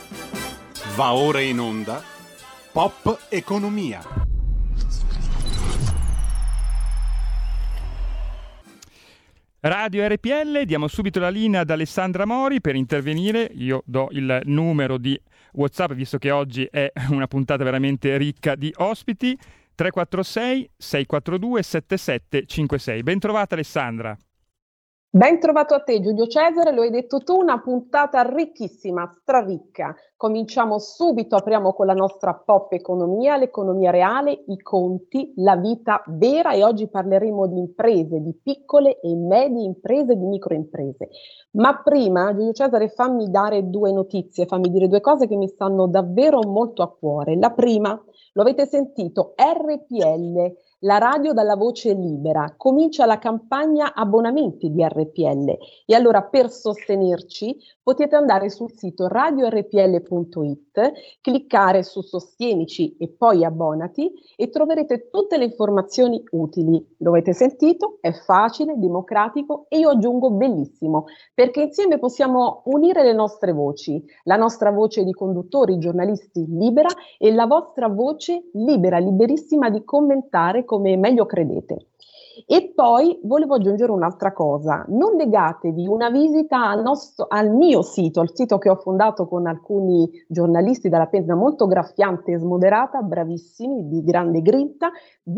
Va ora in onda Pop Economia. Radio RPL, diamo subito la linea ad Alessandra Mori per intervenire. Io do il numero di WhatsApp, visto che oggi è una puntata veramente ricca di ospiti. 346 642 7756. Ben trovata Alessandra. Ben trovato a te Giulio Cesare, lo hai detto tu, una puntata ricchissima, straricca. Cominciamo subito, apriamo con la nostra pop economia, l'economia reale, i conti, la vita vera, e oggi parleremo di imprese, di piccole e medie imprese, di microimprese. Ma prima, Giulio Cesare, fammi dare due notizie, fammi dire due cose che mi stanno davvero molto a cuore. La prima, lo avete sentito, RPL, la radio dalla voce libera, comincia la campagna abbonamenti di RPL, e allora per sostenerci potete andare sul sito radiorpl.it, cliccare su Sostienici e poi abbonati e troverete tutte le informazioni utili. Lo avete sentito? È facile, democratico e io aggiungo bellissimo, perché insieme possiamo unire le nostre voci, la nostra voce di conduttori, giornalisti libera, e la vostra voce libera, liberissima di commentare come meglio credete. E poi volevo aggiungere un'altra cosa: non negatevi una visita al mio sito, al sito che ho fondato con alcuni giornalisti dalla penna molto graffiante e smoderata, bravissimi, di grande grinta,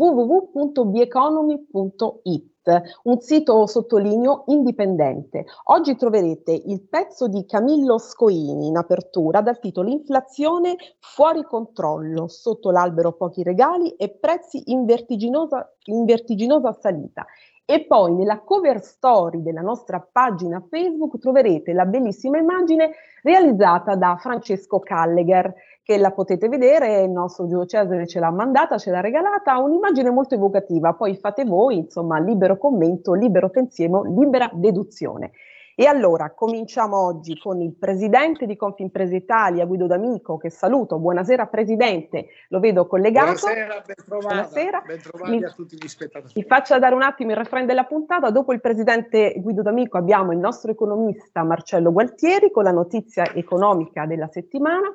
www.beeconomy.it. Un sito, sottolineo, indipendente. Oggi troverete il pezzo di Camillo Scoini in apertura dal titolo Inflazione fuori controllo, sotto l'albero pochi regali e prezzi in vertiginosa salita. E poi nella cover story della nostra pagina Facebook troverete la bellissima immagine realizzata da Francesco Callegher, che la potete vedere, il nostro Giulio Cesare ce l'ha mandata, ce l'ha regalata, un'immagine molto evocativa, poi fate voi, insomma, libero commento, libero pensiero, libera deduzione. E allora cominciamo oggi con il presidente di Confimprese Italia, Guido D'Amico, che saluto. Buonasera Presidente, lo vedo collegato. Buonasera, ben trovata. Buonasera. Ben trovati a tutti gli spettatori. Vi faccia dare un attimo il refrain della puntata. Dopo il presidente Guido D'Amico abbiamo il nostro economista Marcello Gualtieri con la notizia economica della settimana.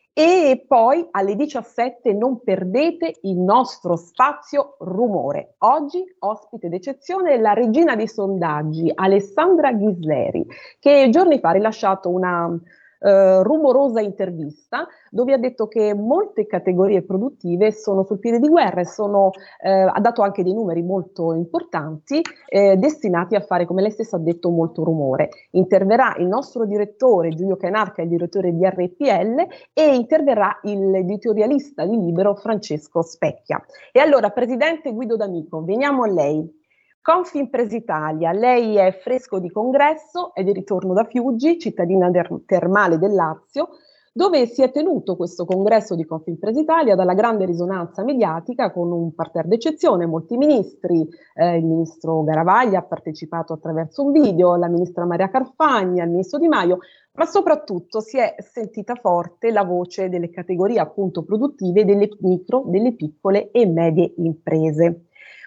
E poi alle 17 non perdete il nostro spazio rumore. Oggi ospite d'eccezione la regina dei sondaggi, Alessandra Ghisleri, che giorni fa ha rilasciato una rumorosa intervista dove ha detto che molte categorie produttive sono sul piede di guerra e ha dato anche dei numeri molto importanti destinati a fare, come lei stessa ha detto, molto rumore. Interverrà il nostro direttore Giulio Cainarca, il direttore di RPL, e interverrà l'editorialista di Libero Francesco Specchia. E allora, Presidente Guido D'Amico, veniamo a lei. Confimprese Italia, lei è fresco di congresso, è di ritorno da Fiuggi, cittadina termale del Lazio, dove si è tenuto questo congresso di Confimprese Italia dalla grande risonanza mediatica con un parterre d'eccezione, molti ministri, il ministro Garavaglia ha partecipato attraverso un video, la ministra Maria Carfagna, il ministro Di Maio, ma soprattutto si è sentita forte la voce delle categorie appunto produttive, delle micro, delle piccole e medie imprese.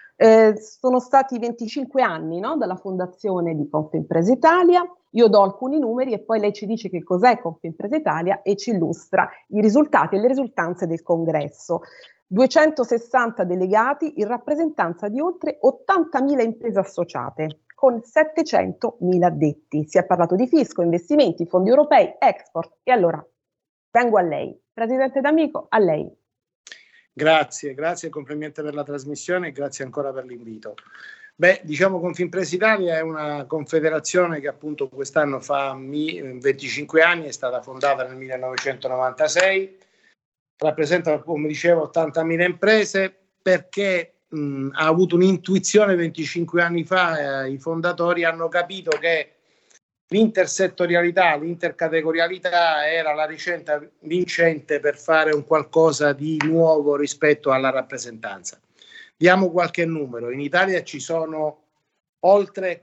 Sono stati 25 anni, no, dalla fondazione di Confimprese Italia. Io do alcuni numeri e poi lei ci dice che cos'è Confimprese Italia e ci illustra i risultati e le risultanze del congresso. 260 delegati in rappresentanza di oltre 80.000 imprese associate, con 700.000 addetti. Si è parlato di fisco, investimenti, fondi europei, export. E allora vengo a lei. Presidente D'Amico, a lei. Grazie, complimenti per la trasmissione e grazie ancora per l'invito. Diciamo Confimprese Italia è una confederazione che appunto quest'anno fa 25 anni, è stata fondata nel 1996, rappresenta, come dicevo, 80.000 imprese perché ha avuto un'intuizione 25 anni fa, i fondatori hanno capito che l'intersettorialità, l'intercategorialità era la ricetta vincente per fare un qualcosa di nuovo rispetto alla rappresentanza. Diamo qualche numero. In Italia ci sono oltre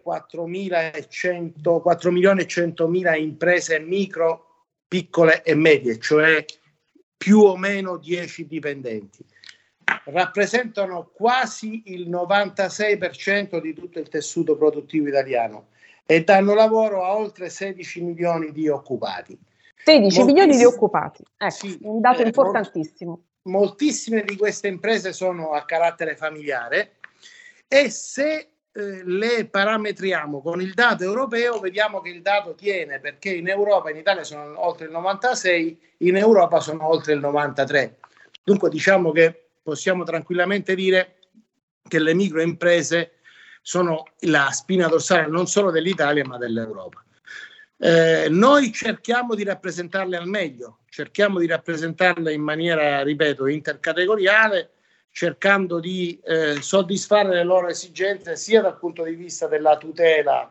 4.100.000 imprese micro, piccole e medie, cioè più o meno 10 dipendenti. Rappresentano quasi il 96% di tutto il tessuto produttivo italiano e danno lavoro a oltre 16 milioni di occupati. 16 milioni di occupati, ecco, sì, un dato importantissimo. Moltissime di queste imprese sono a carattere familiare e se le parametriamo con il dato europeo vediamo che il dato tiene, perché in Europa, in Italia sono oltre il 96, in Europa sono oltre il 93. Dunque diciamo che possiamo tranquillamente dire che le microimprese sono la spina dorsale non solo dell'Italia ma dell'Europa. Noi cerchiamo di rappresentarle al meglio, cerchiamo di rappresentarle in maniera, ripeto, intercategoriale, cercando di soddisfare le loro esigenze sia dal punto di vista della tutela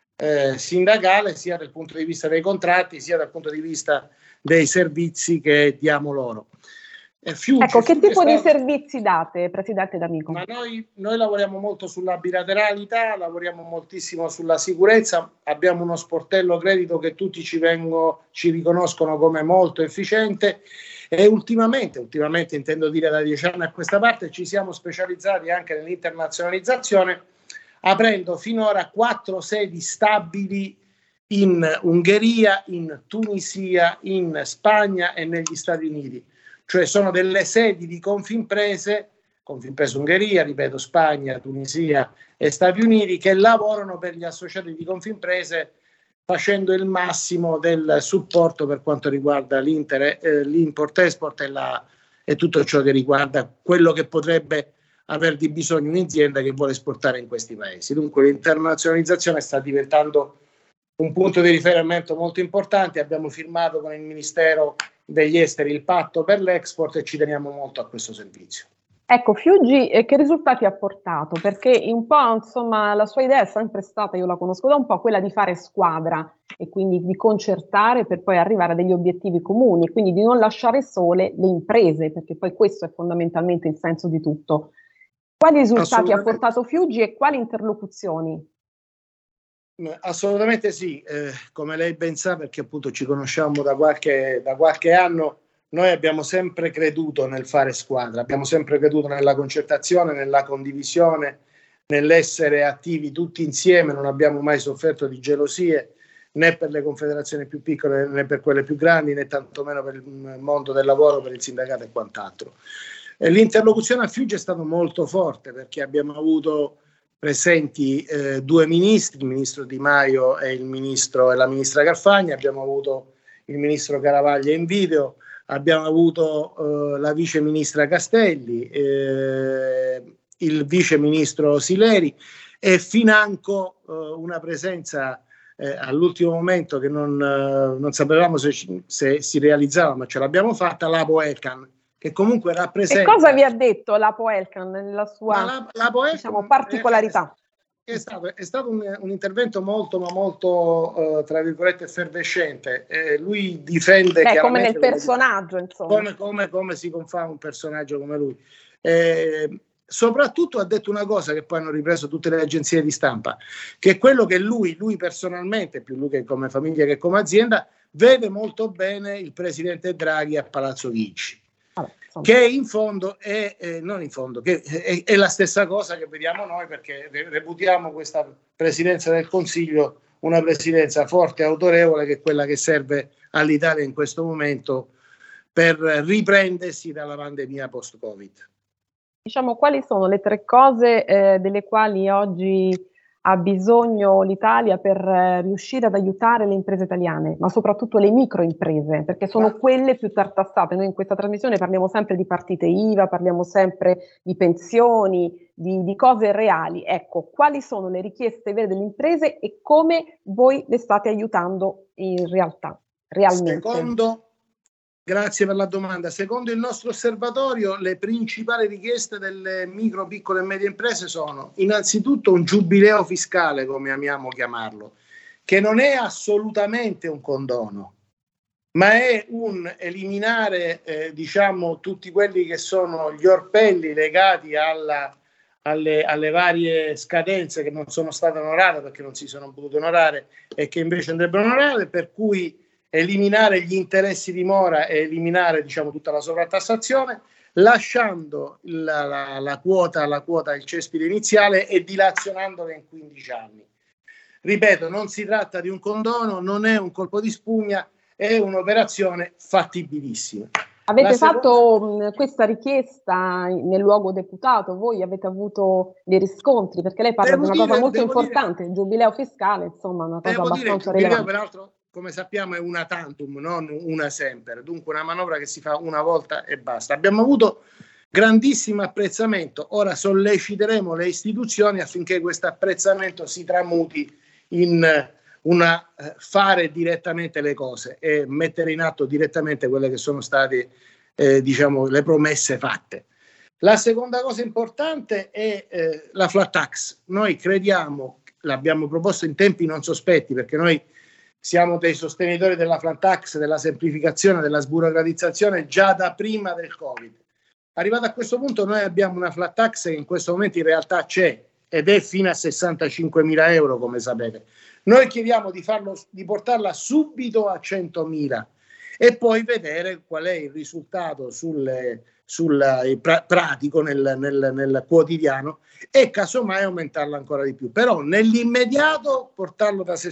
sindacale, sia dal punto di vista dei contratti, sia dal punto di vista dei servizi che diamo loro. Ecco, che tipo di servizi date, Presidente D'Amico? Ma noi lavoriamo molto sulla bilateralità, lavoriamo moltissimo sulla sicurezza, abbiamo uno sportello credito che tutti ci riconoscono come molto efficiente e ultimamente intendo dire da 10 anni a questa parte, ci siamo specializzati anche nell'internazionalizzazione, aprendo finora 4 sedi stabili in Ungheria, in Tunisia, in Spagna e negli Stati Uniti. Cioè sono delle sedi di Confimprese Ungheria, ripeto, Spagna, Tunisia e Stati Uniti, che lavorano per gli associati di Confimprese facendo il massimo del supporto per quanto riguarda l'import-export e tutto ciò che riguarda quello che potrebbe aver di bisogno un'azienda che vuole esportare in questi paesi. Dunque l'internazionalizzazione sta diventando un punto di riferimento molto importante. Abbiamo firmato con il Ministero degli Esteri il patto per l'export e ci teniamo molto a questo servizio. Ecco, Fiuggi, che risultati ha portato? Perché un po', insomma, la sua idea è sempre stata, io la conosco da un po', quella di fare squadra e quindi di concertare per poi arrivare a degli obiettivi comuni, quindi di non lasciare sole le imprese, perché poi questo è fondamentalmente il senso di tutto. Quali risultati ha portato Fiuggi e quali interlocuzioni? Assolutamente sì, come lei ben sa, perché appunto ci conosciamo da qualche anno, noi abbiamo sempre creduto nel fare squadra, abbiamo sempre creduto nella concertazione, nella condivisione, nell'essere attivi tutti insieme, non abbiamo mai sofferto di gelosie né per le confederazioni più piccole né per quelle più grandi, né tantomeno per il mondo del lavoro, per il sindacato e quant'altro. L'interlocuzione a Fiuggi è stata molto forte perché abbiamo avuto presenti 2 ministri, il ministro Di Maio e la ministra Carfagna, abbiamo avuto il ministro Garavaglia in video, abbiamo avuto la vice ministra Castelli, il vice ministro Sileri e financo una presenza all'ultimo momento che non sapevamo se si realizzava, ma ce l'abbiamo fatta, l'Apo Elkan, che comunque rappresenta... Che cosa vi ha detto l'Apo Elkan nella sua diciamo, particolarità? È stato un intervento molto tra virgolette effervescente. Lui difende come nel personaggio, insomma. Come si confà un personaggio come lui. Soprattutto ha detto una cosa che poi hanno ripreso tutte le agenzie di stampa, che è quello che lui personalmente, più lui che come famiglia che come azienda, vede molto bene il presidente Draghi a Palazzo Chigi. Che in fondo è la stessa cosa che vediamo noi, perché reputiamo questa presidenza del Consiglio una presidenza forte e autorevole, che è quella che serve all'Italia in questo momento per riprendersi dalla pandemia post-Covid. Diciamo, quali sono le 3 cose delle quali oggi ha bisogno l'Italia per riuscire ad aiutare le imprese italiane, ma soprattutto le microimprese, perché sono quelle più tartassate. Noi in questa trasmissione parliamo sempre di partite IVA, parliamo sempre di pensioni, di cose reali. Ecco, quali sono le richieste vere delle imprese e come voi le state aiutando in realtà, realmente? Grazie per la domanda. Secondo il nostro osservatorio, le principali richieste delle micro, piccole e medie imprese sono innanzitutto un giubileo fiscale, come amiamo chiamarlo, che non è assolutamente un condono, ma è un eliminare tutti quelli che sono gli orpelli legati alle varie scadenze che non sono state onorate perché non si sono potute onorare e che invece andrebbero onorate, per cui eliminare gli interessi di mora e eliminare tutta la sovratassazione, lasciando la quota, il cespite iniziale e dilazionandola in 15 anni. Ripeto, non si tratta di un condono, non è un colpo di spugna, è un'operazione fattibilissima. Avete fatto questa richiesta nel luogo deputato, voi avete avuto dei riscontri, perché lei parla di una cosa molto importante, il giubileo fiscale, insomma, una cosa abbastanza rilevante. Peraltro, come sappiamo, è una tantum, non una semper, dunque una manovra che si fa una volta e basta. Abbiamo avuto grandissimo apprezzamento, ora solleciteremo le istituzioni affinché questo apprezzamento si tramuti in fare direttamente le cose e mettere in atto direttamente quelle che sono state le promesse fatte. La seconda cosa importante è la flat tax. Noi crediamo, l'abbiamo proposto in tempi non sospetti, perché noi siamo dei sostenitori della flat tax, della semplificazione, della sburocratizzazione già da prima del Covid. Arrivato a questo punto noi abbiamo una flat tax che in questo momento in realtà c'è ed è fino a 65.000 euro, come sapete. Noi chiediamo di portarla subito a 100.000 e poi vedere qual è il risultato pratico nel quotidiano e casomai aumentarla ancora di più. Però nell'immediato portarlo da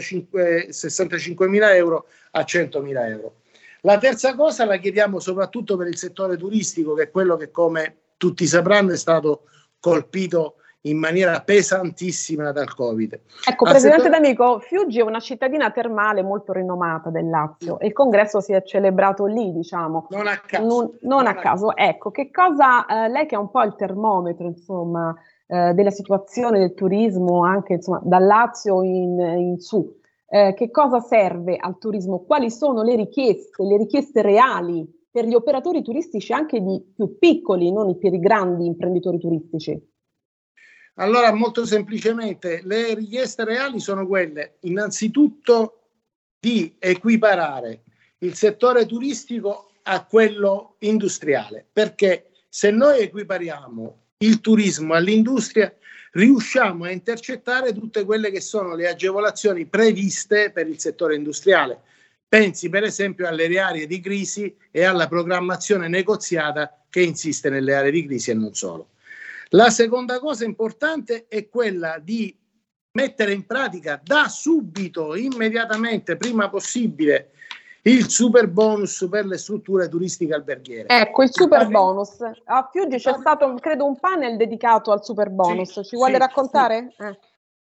65.000 euro a 100.000 euro. La terza cosa la chiediamo soprattutto per il settore turistico, che è quello che, come tutti sapranno, è stato colpito in maniera pesantissima dal Covid. Ecco, Presidente D'Amico, Fiuggi è una cittadina termale molto rinomata del Lazio e il congresso si è celebrato lì, diciamo. Non a caso. Non a caso. Ecco, che cosa, lei che è un po' il termometro, insomma, della situazione del turismo, anche insomma dal Lazio in su, che cosa serve al turismo? Quali sono le richieste reali per gli operatori turistici, anche di più piccoli, non i più grandi imprenditori turistici? Allora, molto semplicemente, le richieste reali sono quelle, innanzitutto, di equiparare il settore turistico a quello industriale, perché se noi equipariamo il turismo all'industria, riusciamo a intercettare tutte quelle che sono le agevolazioni previste per il settore industriale. Pensi per esempio alle aree di crisi e alla programmazione negoziata che insiste nelle aree di crisi e non solo. La seconda cosa importante è quella di mettere in pratica da subito, immediatamente, prima possibile, il super bonus per le strutture turistiche alberghiere. Ecco, il super bonus. A Fiuggi c'è stato, credo, un panel dedicato al super bonus. Ci vuole raccontare? Sì.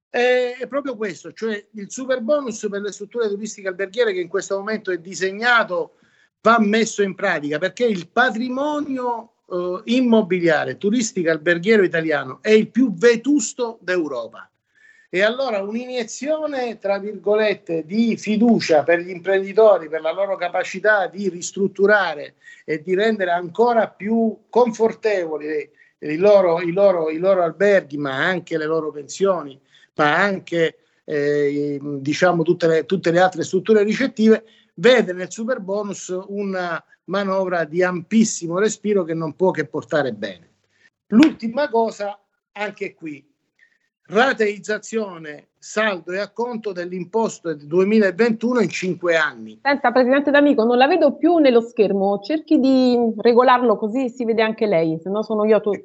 È proprio questo, cioè il super bonus per le strutture turistiche alberghiere che in questo momento è disegnato, va messo in pratica, perché il patrimonio immobiliare turistico alberghiero italiano è il più vetusto d'Europa e allora un'iniezione tra virgolette di fiducia per gli imprenditori, per la loro capacità di ristrutturare e di rendere ancora più confortevoli i loro alberghi, ma anche le loro pensioni, ma anche diciamo tutte le altre strutture ricettive, vede nel super bonus una manovra di ampissimo respiro che non può che portare bene. L'ultima cosa, anche qui, rateizzazione, saldo e acconto dell'imposto del 2021 in 5 anni. Senta, Presidente D'Amico, non la vedo più nello schermo, cerchi di regolarlo così si vede anche lei, se no sono io tu.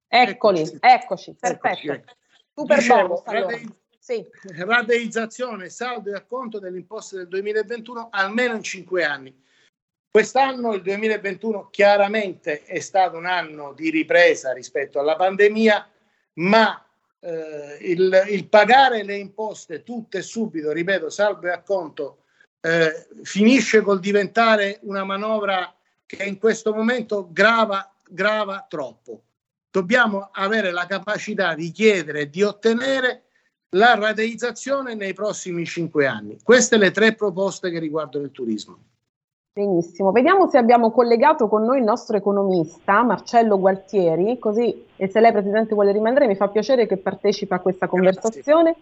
Eccoci, perfetto. Super bonus, allora. Sì. Rateizzazione, saldo e acconto dell'imposta del 2021 almeno in 5 anni. Quest'anno, il 2021, chiaramente è stato un anno di ripresa rispetto alla pandemia, ma il pagare le imposte tutte e subito, ripeto, saldo e acconto, finisce col diventare una manovra che in questo momento grava troppo. Dobbiamo avere la capacità di chiedere e di ottenere la rateizzazione nei prossimi 5 anni. Queste le 3 proposte che riguardano il turismo. Benissimo, vediamo se abbiamo collegato con noi il nostro economista Marcello Gualtieri, così, e se lei Presidente vuole rimanere mi fa piacere che partecipa a questa conversazione.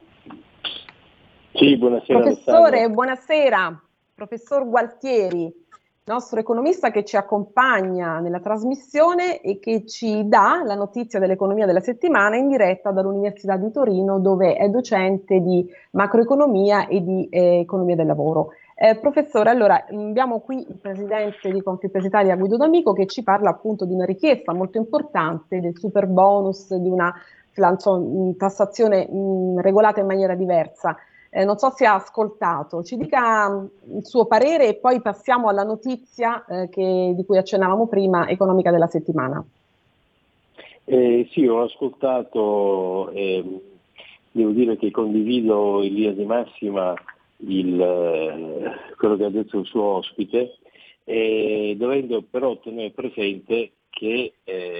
Sì, buonasera. Professore, buonasera, professor Gualtieri, nostro economista che ci accompagna nella trasmissione e che ci dà la notizia dell'economia della settimana in diretta dall'Università di Torino, dove è docente di macroeconomia e di economia del lavoro. Professore, allora abbiamo qui il presidente di Confimpresa Italia Guido D'Amico che ci parla appunto di una richiesta molto importante del super bonus, di una tassazione regolata in maniera diversa. non so se ha ascoltato, ci dica il suo parere e poi passiamo alla notizia di cui accennavamo prima, economica della settimana. Sì, ho ascoltato, devo dire che condivido in linea di massima quello che ha detto il suo ospite, dovendo però tenere presente che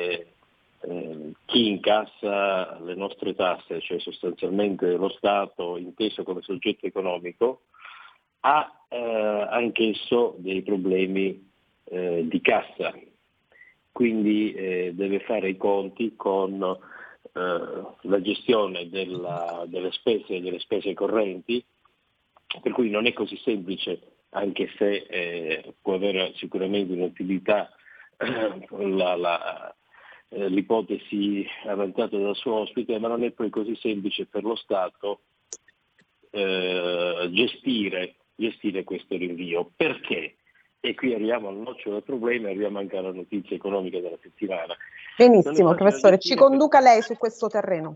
chi incassa le nostre tasse, cioè sostanzialmente lo Stato inteso come soggetto economico, ha anch'esso dei problemi di cassa, quindi deve fare i conti con la gestione delle spese correnti, per cui non è così semplice, anche se può avere sicuramente un'utilità l'ipotesi avanzata dal suo ospite, ma non è poi così semplice per lo Stato gestire questo rinvio. Perché? E qui arriviamo al nocciolo del problema e arriviamo anche alla notizia economica della settimana. Benissimo, professore, ci conduca lei su questo terreno.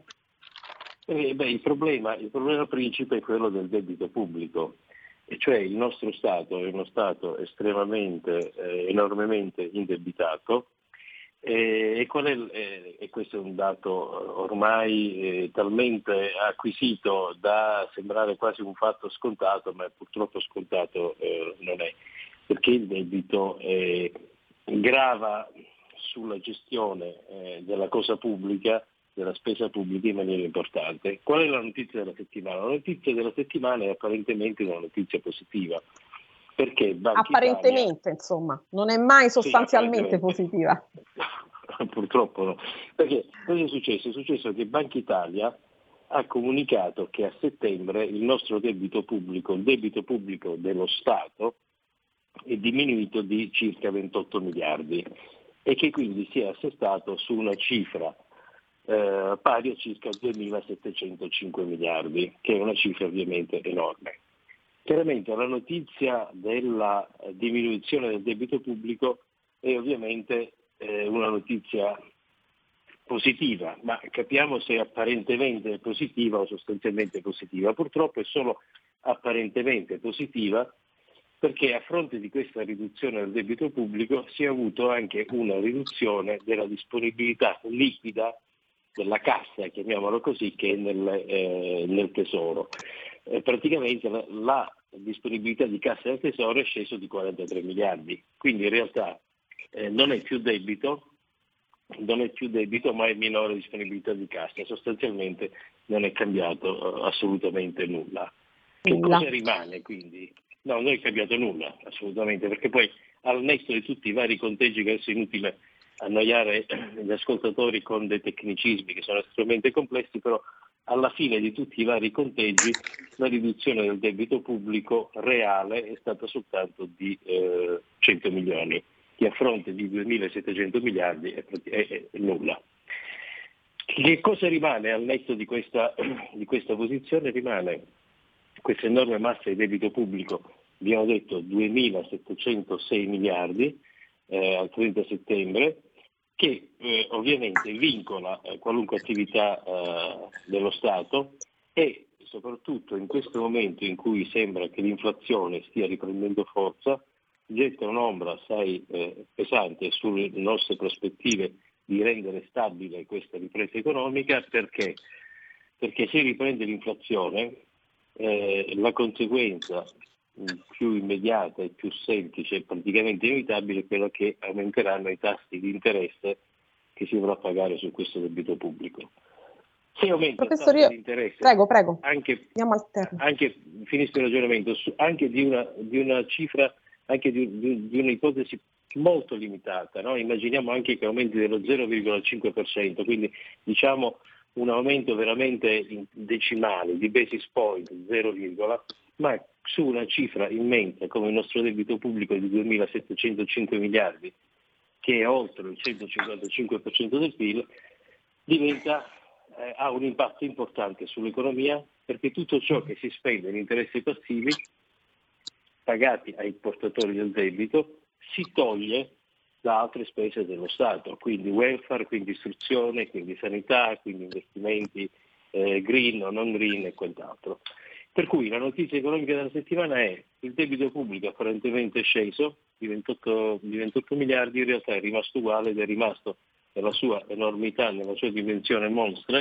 Il problema principe è quello del debito pubblico, e cioè il nostro Stato è uno Stato estremamente, enormemente indebitato, e questo è un dato ormai talmente acquisito da sembrare quasi un fatto scontato, ma purtroppo scontato non è, perché il debito grava sulla gestione della cosa pubblica, della spesa pubblica in maniera importante. Qual è la notizia della settimana? La notizia della settimana è apparentemente una notizia positiva, perché Banca apparentemente, Italia, insomma, non è mai sostanzialmente positiva. Purtroppo no. Perché cosa è successo? È successo che Banca Italia ha comunicato che a settembre il nostro debito pubblico, il debito pubblico dello Stato, è diminuito di circa 28 miliardi e che quindi si è assestato su una cifra pari a circa 2.705 miliardi, che è una cifra ovviamente enorme. Chiaramente la notizia della diminuzione del debito pubblico è ovviamente una notizia positiva, ma capiamo se è apparentemente positiva o sostanzialmente positiva. Purtroppo è solo apparentemente positiva, perché a fronte di questa riduzione del debito pubblico si è avuto anche una riduzione della disponibilità liquida della cassa, chiamiamolo così, che è nel Tesoro. Praticamente la disponibilità di cassa del Tesoro è sceso di 43 miliardi, quindi in realtà non è più debito, ma è minore disponibilità di cassa. Sostanzialmente non è cambiato assolutamente nulla. Che cosa rimane quindi? No, non è cambiato nulla, assolutamente, perché poi al netto di tutti i vari conteggi, che adesso è inutile annoiare gli ascoltatori con dei tecnicismi che sono estremamente complessi, però alla fine di tutti i vari conteggi la riduzione del debito pubblico reale è stata soltanto di 100 milioni, che a fronte di 2.700 miliardi è nulla. Che cosa rimane al netto di questa posizione? Rimane questa enorme massa di debito pubblico, abbiamo detto 2.706 miliardi al 30 settembre, che ovviamente vincola qualunque attività dello Stato e soprattutto in questo momento in cui sembra che l'inflazione stia riprendendo forza, getta un'ombra assai pesante sulle nostre prospettive di rendere stabile questa ripresa economica. Perché se riprende l'inflazione, la conseguenza più immediata e più semplice, praticamente inevitabile, è quella che aumenteranno i tassi di interesse che si dovrà pagare su questo debito pubblico. Se aumenta il tasso di interesse, prego. Anche finisco il ragionamento, anche di una cifra, anche di un'ipotesi molto limitata, no? Immaginiamo anche che aumenti dello 0,5%, quindi diciamo un aumento veramente decimale di basis point, 0, ma su una cifra immensa come il nostro debito pubblico di 2.705 miliardi, che è oltre il 155% del PIL, ha un impatto importante sull'economia, perché tutto ciò che si spende in interessi passivi pagati ai portatori del debito si toglie da altre spese dello Stato, quindi welfare, quindi istruzione, quindi sanità, quindi investimenti green o non green e quant'altro. Per cui la notizia economica della settimana è: il debito pubblico apparentemente è sceso di 28 miliardi, in realtà è rimasto uguale ed è rimasto nella sua enormità, nella sua dimensione monstra,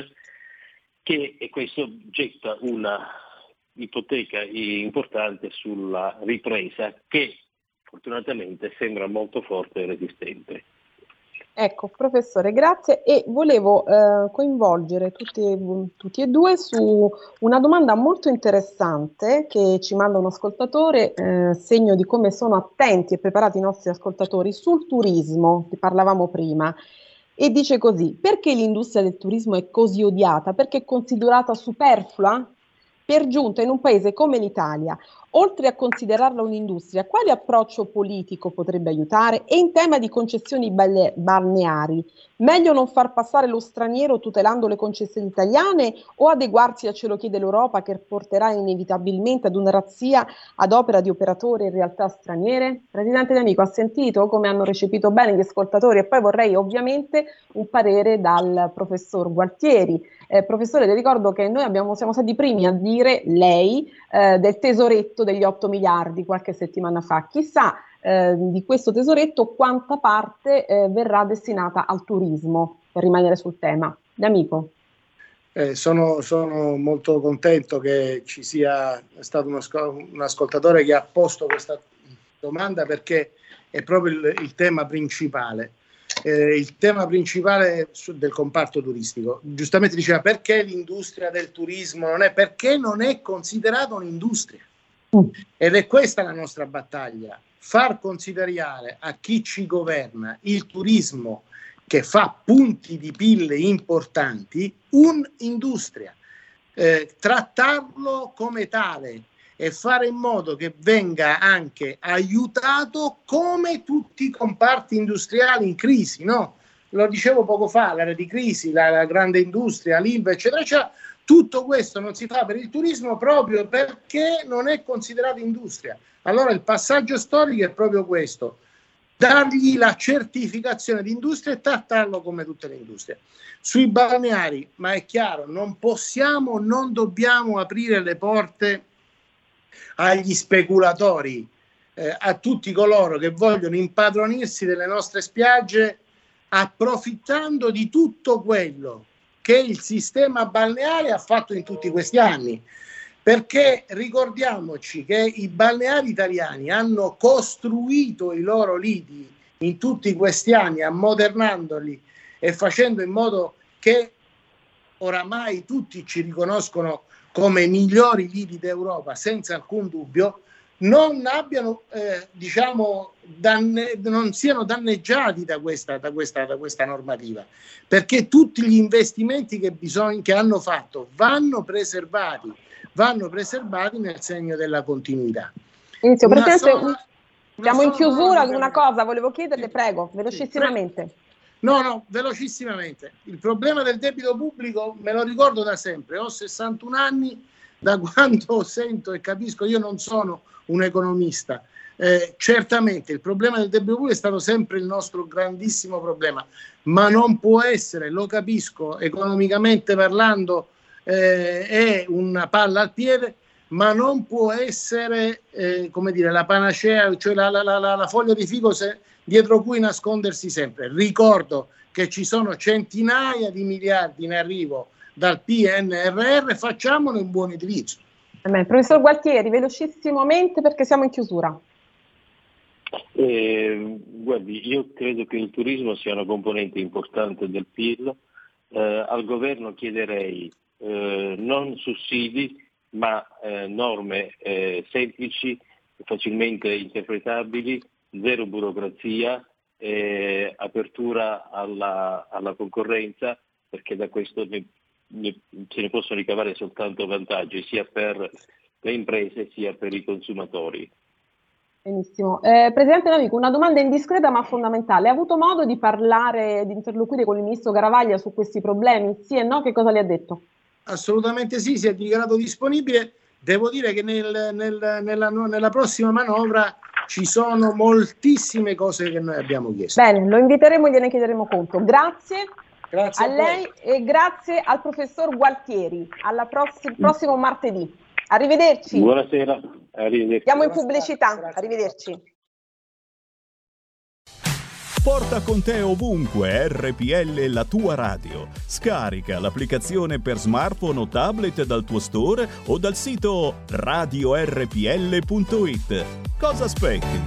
e questo getta una ipoteca importante sulla ripresa che fortunatamente sembra molto forte e resistente. Ecco, professore, grazie. E volevo coinvolgere tutti e due su una domanda molto interessante che ci manda un ascoltatore, segno di come sono attenti e preparati i nostri ascoltatori sul turismo, che parlavamo prima. E dice così: perché l'industria del turismo è così odiata? Perché è considerata superflua? Per giunta in un paese come l'Italia, oltre a considerarla un'industria, quale approccio politico potrebbe aiutare? E in tema di concessioni balneari, meglio non far passare lo straniero tutelando le concessioni italiane o adeguarsi a ce lo chiede l'Europa, che porterà inevitabilmente ad una razzia ad opera di operatori in realtà straniere? Presidente D'Amico, ha sentito come hanno recepito bene gli ascoltatori? E poi vorrei ovviamente un parere dal professor Gualtieri. Professore, le ricordo che noi siamo stati i primi a dire, lei, del tesoretto degli 8 miliardi qualche settimana fa. Chissà di questo tesoretto quanta parte verrà destinata al turismo, per rimanere sul tema. D'Amico. Sono molto contento che ci sia stato un ascoltatore che ha posto questa domanda, perché è proprio il tema principale. Il tema principale del comparto turistico. Giustamente diceva: perché l'industria del turismo perché non è considerata un'industria. Ed è questa la nostra battaglia: far considerare a chi ci governa il turismo, che fa punti di PIL importanti, un'industria, trattarlo come tale e fare in modo che venga anche aiutato come tutti i comparti industriali in crisi, no? Lo dicevo poco fa, l'area di crisi, la grande industria, l'Ilva, eccetera, eccetera. Tutto questo non si fa per il turismo proprio perché non è considerato industria. Allora il passaggio storico è proprio questo: dargli la certificazione di industria e trattarlo come tutte le industrie. Sui balneari, ma è chiaro, non dobbiamo aprire le porte agli speculatori, a tutti coloro che vogliono impadronirsi delle nostre spiagge, approfittando di tutto quello che il sistema balneare ha fatto in tutti questi anni. Perché ricordiamoci che i balneari italiani hanno costruito i loro lidi in tutti questi anni, ammodernandoli e facendo in modo che oramai tutti ci riconoscono come i migliori lidi d'Europa, senza alcun dubbio, non abbiano, non siano danneggiati da questa normativa, perché tutti gli investimenti che hanno fatto vanno preservati nel segno della continuità. Inizio, Presidente, siamo in chiusura ad una cosa, volevo chiederle, prego, velocissimamente. No, velocissimamente. Il problema del debito pubblico me lo ricordo da sempre, ho 61 anni, da quando sento e capisco, io non sono un economista, certamente il problema del debito pubblico è stato sempre il nostro grandissimo problema, ma non può essere, lo capisco, economicamente parlando è una palla al piede, ma non può essere la panacea, cioè la foglia di fico dietro cui nascondersi sempre. Ricordo che ci sono centinaia di miliardi in arrivo dal PNRR, facciamone un buon utilizzo. Professor Gualtieri, velocissimamente perché siamo in chiusura. Guardi, io credo che il turismo sia una componente importante del PIL. Al governo chiederei non sussidi, ma norme semplici, facilmente interpretabili, zero burocrazia, apertura alla concorrenza, perché da questo se ne possono ricavare soltanto vantaggi sia per le imprese sia per i consumatori. Benissimo. Presidente D'Amico, una domanda indiscreta ma fondamentale. Ha avuto modo di parlare, di interloquire con il ministro Garavaglia su questi problemi? Sì e no? Che cosa le ha detto? Assolutamente sì, si è dichiarato disponibile. Devo dire che nella prossima manovra ci sono moltissime cose che noi abbiamo chiesto. Bene, lo inviteremo e gliene chiederemo conto. Grazie a lei e grazie al professor Gualtieri. Alla prossimo martedì. Arrivederci. Buonasera. Arrivederci. Andiamo in pubblicità. Grazie. Arrivederci. Porta con te ovunque RPL la tua radio. Scarica l'applicazione per smartphone o tablet dal tuo store o dal sito radiorpl.it. Cosa aspetti?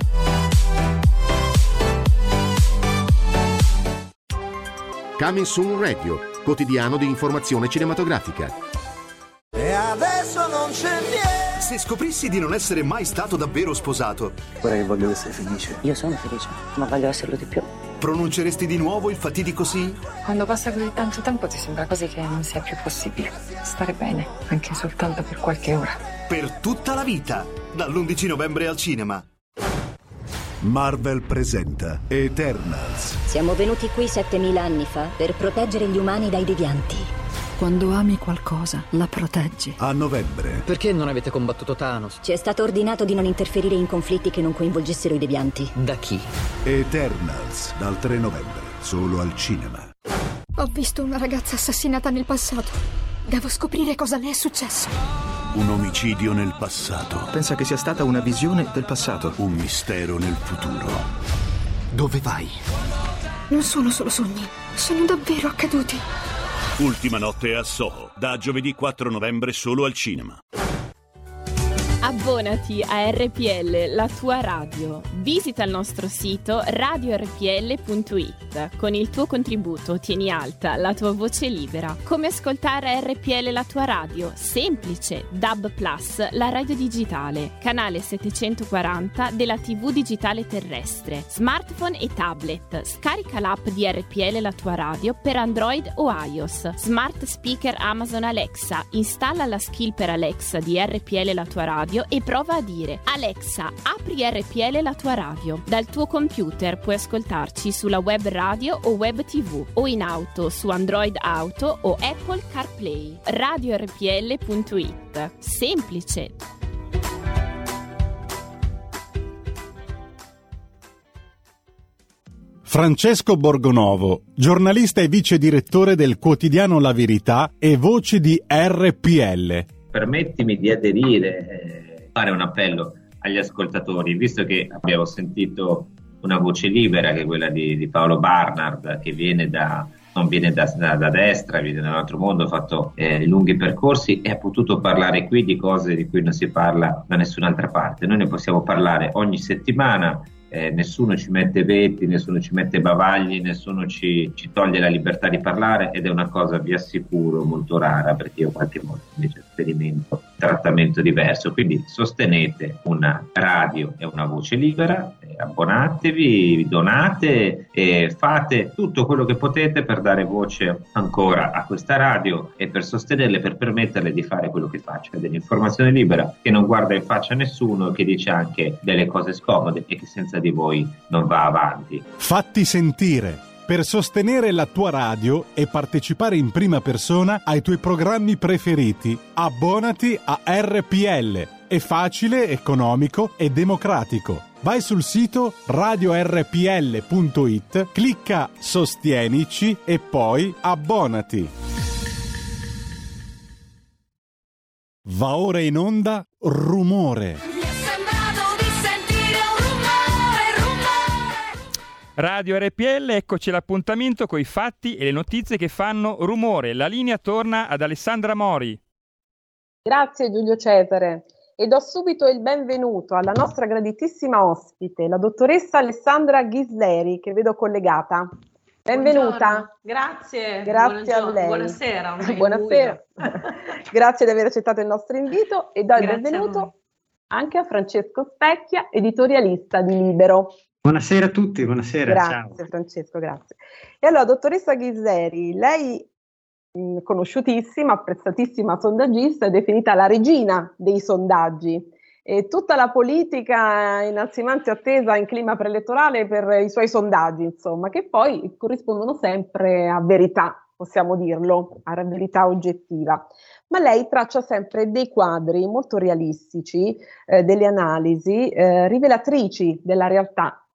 Coming Soon Radio, quotidiano di informazione cinematografica. E adesso non c'è niente. Se scoprissi di non essere mai stato davvero sposato, Guarda che voglio che sei felice. Io sono felice, ma voglio esserlo di più. pronunceresti di nuovo il fatidico sì? Quando passa così tanto tempo ti sembra quasi che non sia più possibile stare bene, anche soltanto per qualche ora. Per tutta la vita, dall'11 novembre al cinema. Marvel presenta Eternals. Siamo venuti qui 7000 anni fa per proteggere gli umani dai devianti. Quando ami qualcosa, la proteggi. A novembre. Perché non avete combattuto Thanos? Ci è stato ordinato di non interferire in conflitti che non coinvolgessero i devianti. Da chi? Eternals, dal 3 novembre, solo al cinema. Ho visto una ragazza assassinata nel passato. Devo scoprire cosa le è successo. Un omicidio nel passato. Pensa che sia stata una visione del passato. Un mistero nel futuro. Dove vai? Non sono solo sogni, sono davvero accaduti. Ultima notte a Soho, da giovedì 4 novembre solo al cinema. Abbonati a RPL, la tua radio. Visita il nostro sito radiorpl.it. Con il tuo contributo tieni alta la tua voce libera. Come ascoltare RPL, la tua radio? Semplice. DAB+, la radio digitale. Canale 740 della TV digitale terrestre. Smartphone e tablet. Scarica l'app di RPL, la tua radio per Android o iOS. Smart speaker Amazon Alexa. Installa la skill per Alexa di RPL, la tua radio e prova a dire: Alexa, apri RPL, la tua radio. Dal tuo computer puoi ascoltarci sulla web radio o web TV o in auto su Android Auto o Apple CarPlay. radiorpl.it. Semplice. Francesco Borgonovo, giornalista e vice direttore del quotidiano La Verità e voce di RPL. Permettimi di aderire, fare un appello agli ascoltatori, visto che abbiamo sentito una voce libera che è quella di Paolo Barnard, che non viene da destra, viene da un altro mondo, ha fatto lunghi percorsi e ha potuto parlare qui di cose di cui non si parla da nessun'altra parte. Noi ne possiamo parlare ogni settimana. Nessuno ci mette veti, nessuno ci mette bavagli, nessuno ci toglie la libertà di parlare, ed è una cosa, vi assicuro, molto rara, perché io qualche volta invece sperimento trattamento diverso. Quindi sostenete una radio e una voce libera, abbonatevi, donate e fate tutto quello che potete per dare voce ancora a questa radio e per sostenerle, per permetterle di fare quello che fa, cioè dell'informazione libera che non guarda in faccia a nessuno, che dice anche delle cose scomode e che senza di voi non va avanti. Fatti sentire. Per sostenere la tua radio e partecipare in prima persona ai tuoi programmi preferiti, abbonati a RPL. È facile, economico e democratico. Vai sul sito radiorpl.it, clicca Sostienici e poi abbonati. Va ora in onda Rumore. Radio RPL, eccoci all'appuntamento con i fatti e le notizie che fanno rumore. La linea torna ad Alessandra Mori. Grazie Giulio Cesare e do subito il benvenuto alla nostra graditissima ospite, la dottoressa Alessandra Ghisleri, che vedo collegata. Benvenuta. Grazie. Grazie a lei. Buonasera. Buonasera. Grazie di aver accettato il nostro invito e do il benvenuto anche a Francesco Specchia, editorialista di Libero. Buonasera a tutti, buonasera. Grazie, ciao. Francesco, grazie. E allora, dottoressa Ghisleri, lei conosciutissima, apprezzatissima sondaggista, è definita la regina dei sondaggi. E tutta la politica innanzimante attesa in clima preelettorale per i suoi sondaggi, insomma, che poi corrispondono sempre a verità, possiamo dirlo, a verità oggettiva. Ma lei traccia sempre dei quadri molto realistici, delle analisi rivelatrici della realtà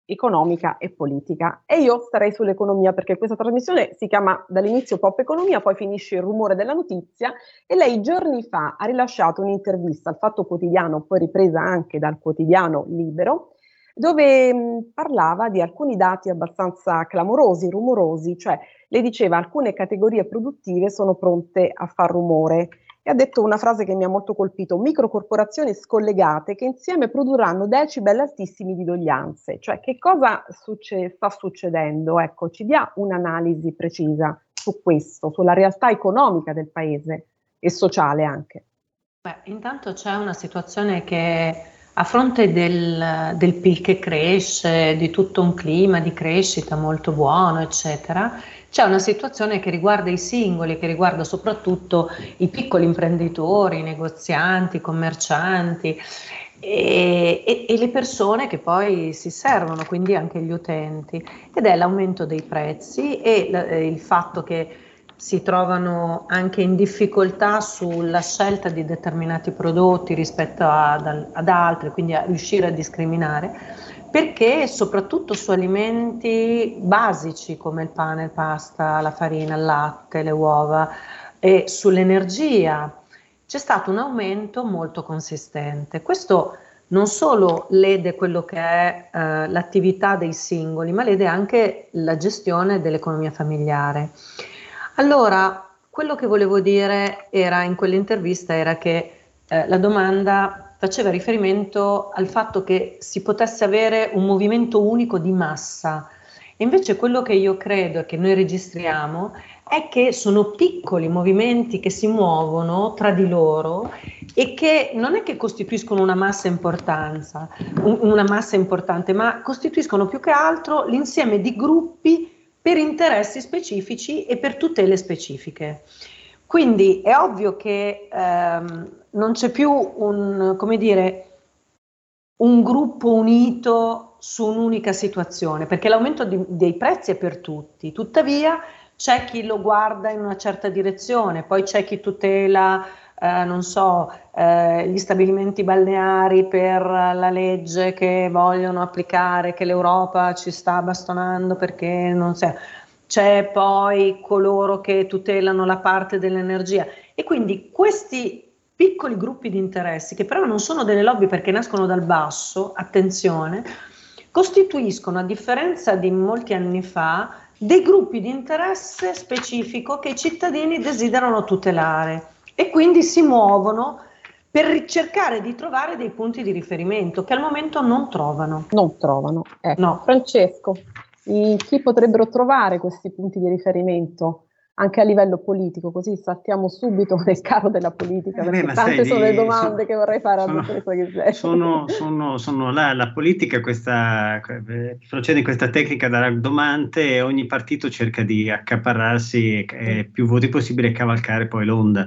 economica e politica. E io starei sull'economia, perché questa trasmissione si chiama dall'inizio Pop Economia, poi finisce il rumore della notizia, e lei giorni fa ha rilasciato un'intervista al Fatto Quotidiano, poi ripresa anche dal quotidiano Libero, dove parlava di alcuni dati abbastanza clamorosi, rumorosi, cioè le diceva alcune categorie produttive sono pronte a far rumore. E ha detto una frase che mi ha molto colpito: microcorporazioni scollegate che insieme produrranno decibel altissimi di doglianze. Cioè, che cosa sta succedendo? Ecco, ci dia un'analisi precisa su questo, sulla realtà economica del paese e sociale anche. Beh, intanto c'è una situazione che, a fronte del PIL che cresce, di tutto un clima di crescita molto buono, eccetera, c'è una situazione che riguarda i singoli, che riguarda soprattutto i piccoli imprenditori, i negozianti, i commercianti e le persone che poi si servono, quindi anche gli utenti, ed è l'aumento dei prezzi e il fatto che si trovano anche in difficoltà sulla scelta di determinati prodotti rispetto ad altri, quindi a riuscire a discriminare, perché soprattutto su alimenti basici come il pane, il pasta, la farina, il latte, le uova e sull'energia c'è stato un aumento molto consistente. Questo non solo lede quello che è l'attività dei singoli, ma lede anche la gestione dell'economia familiare. Allora, quello che volevo dire in quell'intervista era che la domanda faceva riferimento al fatto che si potesse avere un movimento unico di massa. E invece quello che io credo e che noi registriamo è che sono piccoli movimenti che si muovono tra di loro e che non è che costituiscono una massa importante, ma costituiscono più che altro l'insieme di gruppi per interessi specifici e per tutele specifiche. Quindi è ovvio che non c'è più un gruppo unito su un'unica situazione, perché l'aumento dei prezzi è per tutti. Tuttavia c'è chi lo guarda in una certa direzione, poi c'è chi tutela gli stabilimenti balneari per la legge che vogliono applicare, che l'Europa ci sta bastonando perché non c'è. C'è poi coloro che tutelano la parte dell'energia, e quindi questi piccoli gruppi di interessi, che però non sono delle lobby perché nascono dal basso, attenzione, costituiscono, a differenza di molti anni fa, dei gruppi di interesse specifico che i cittadini desiderano tutelare e quindi si muovono per cercare di trovare dei punti di riferimento che al momento non trovano. Ecco. No. Francesco, chi potrebbero trovare questi punti di riferimento anche a livello politico, così saltiamo subito nel carro della politica, perché tante sono le domande che vorrei fare alla dottoressa Ghisleri. Sono la politica procede in questa tecnica da ragdomante, e ogni partito cerca di accaparrarsi più voti possibile e cavalcare poi l'onda.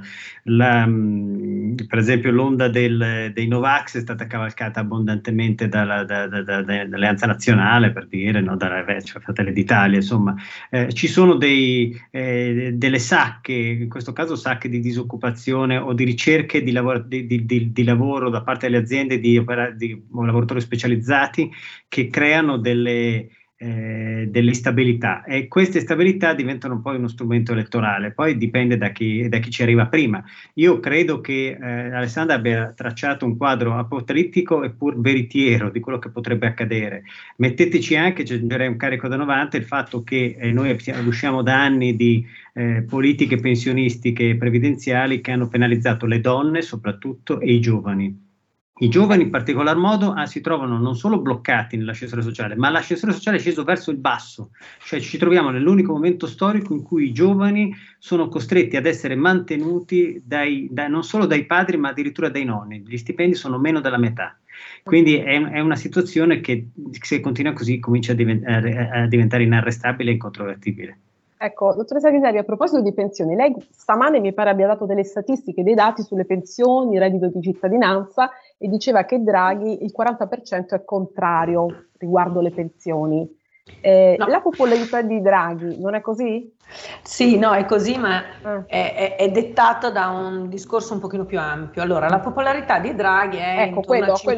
Per esempio l'onda dei Novax è stata cavalcata abbondantemente dall'Alleanza Nazionale, per dire, no? Fratelli d'Italia, insomma. Ci sono delle sacche, in questo caso sacche di disoccupazione o di ricerche di lavoro da parte delle aziende di lavoratori specializzati, che creano delle instabilità, e queste stabilità diventano poi uno strumento elettorale. Poi dipende da chi ci arriva prima. Io credo che Alessandra abbia tracciato un quadro apocalittico e pur veritiero di quello che potrebbe accadere. Metteteci anche, aggiungerei un carico da 90, il fatto che noi usciamo da anni di politiche pensionistiche e previdenziali che hanno penalizzato le donne soprattutto e i giovani. I giovani in particolar modo si trovano non solo bloccati nell'ascensore sociale, ma l'ascensore sociale è sceso verso il basso, cioè ci troviamo nell'unico momento storico in cui i giovani sono costretti ad essere mantenuti non solo dai padri ma addirittura dai nonni. Gli stipendi sono meno della metà, quindi è una situazione che, se continua così, comincia a diventare inarrestabile e incontrovertibile. Ecco, dottoressa Ghisleri, a proposito di pensioni, lei stamane mi pare abbia dato delle statistiche, dei dati sulle pensioni, reddito di cittadinanza, e diceva che Draghi il 40% è contrario riguardo le pensioni. No. La popolarità di Draghi non è così? Sì, no, è così, ma è dettato da un discorso un pochino più ampio. Allora, la popolarità di Draghi è intorno al